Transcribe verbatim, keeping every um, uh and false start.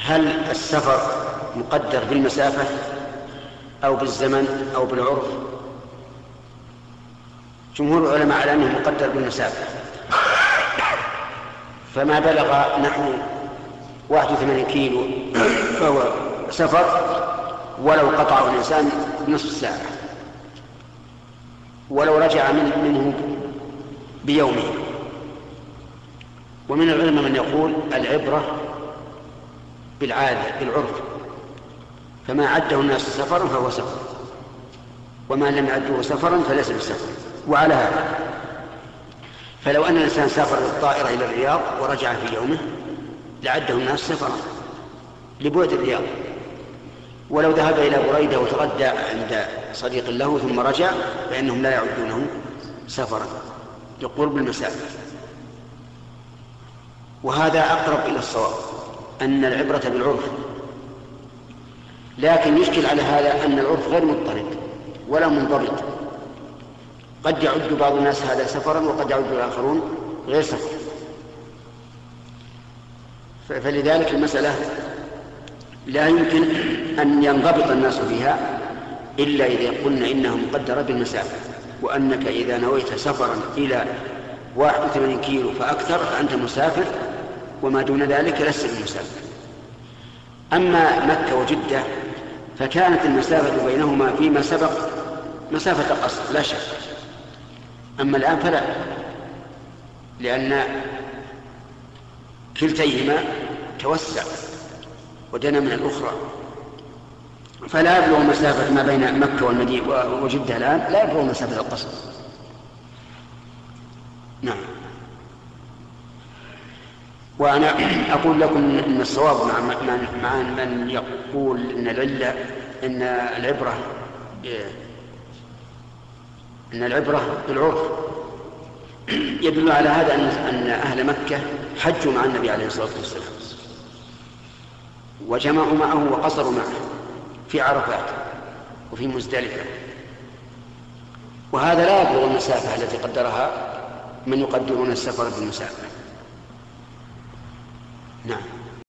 هل السفر مقدر بالمسافة أو بالزمن أو بالعرف؟ جمهور العلماء على أنه مقدر بالمسافة، فما بلغ نحو واحد وثمانين كيلو فهو سفر ولو قطعه الإنسان بنصف ساعة، ولو رجع منه بيومه. ومن العلماء من يقول العبرة بالعادة بالعرف، فما عده الناس سفرا فهو سفر، وما لم يعده سفرا فليس بسفر. وعلى هذا فلو أن الإنسان سافر بالطائرة إلى الرياض ورجع في يومه لعده الناس سفرا لبعد الرياض، ولو ذهب إلى بريدة وتغدى عند صديق له ثم رجع فإنهم لا يعدونه سفرا لقرب المسافة. وهذا أقرب إلى الصواب، أن العبرة بالعرف. لكن يشكل على هذا أن العرف غير مضطرد ولا منضبط، قد يعد بعض الناس هذا سفرا وقد يعد الآخرون غير سفر. فلذلك المسألة لا يمكن أن ينضبط الناس فيها إلا إذا قلنا إنها مقدرة بالمسافة، وأنك إذا نويت سفرا إلى واحد وثمانين كيلو فأكثر فأنت مسافر، وما دون ذلك لست بمسافر. أما مكة وجدة فكانت المسافة بينهما فيما سبق مسافة قصر لا شك، أما الآن فلا، لأن كلتيهما توسع ودنا من الأخرى، فلا يبلغ مسافة ما بين مكة والمدينة وجدة الآن لا يبلغ مسافة القصر. نعم. وأنا أقول لكم أن الصواب مع من, مع من يقول أن العلة أن العبرة أن العبرة بالعرف يدل على هذا أن أهل مكة حجوا مع النبي عليه الصلاة والسلام وجمعوا معه وقصروا معه في عرفات وفي مزدلفة، وهذا لا يبلغ المسافة التي قدرها من يقدرون السفر بالمسافة.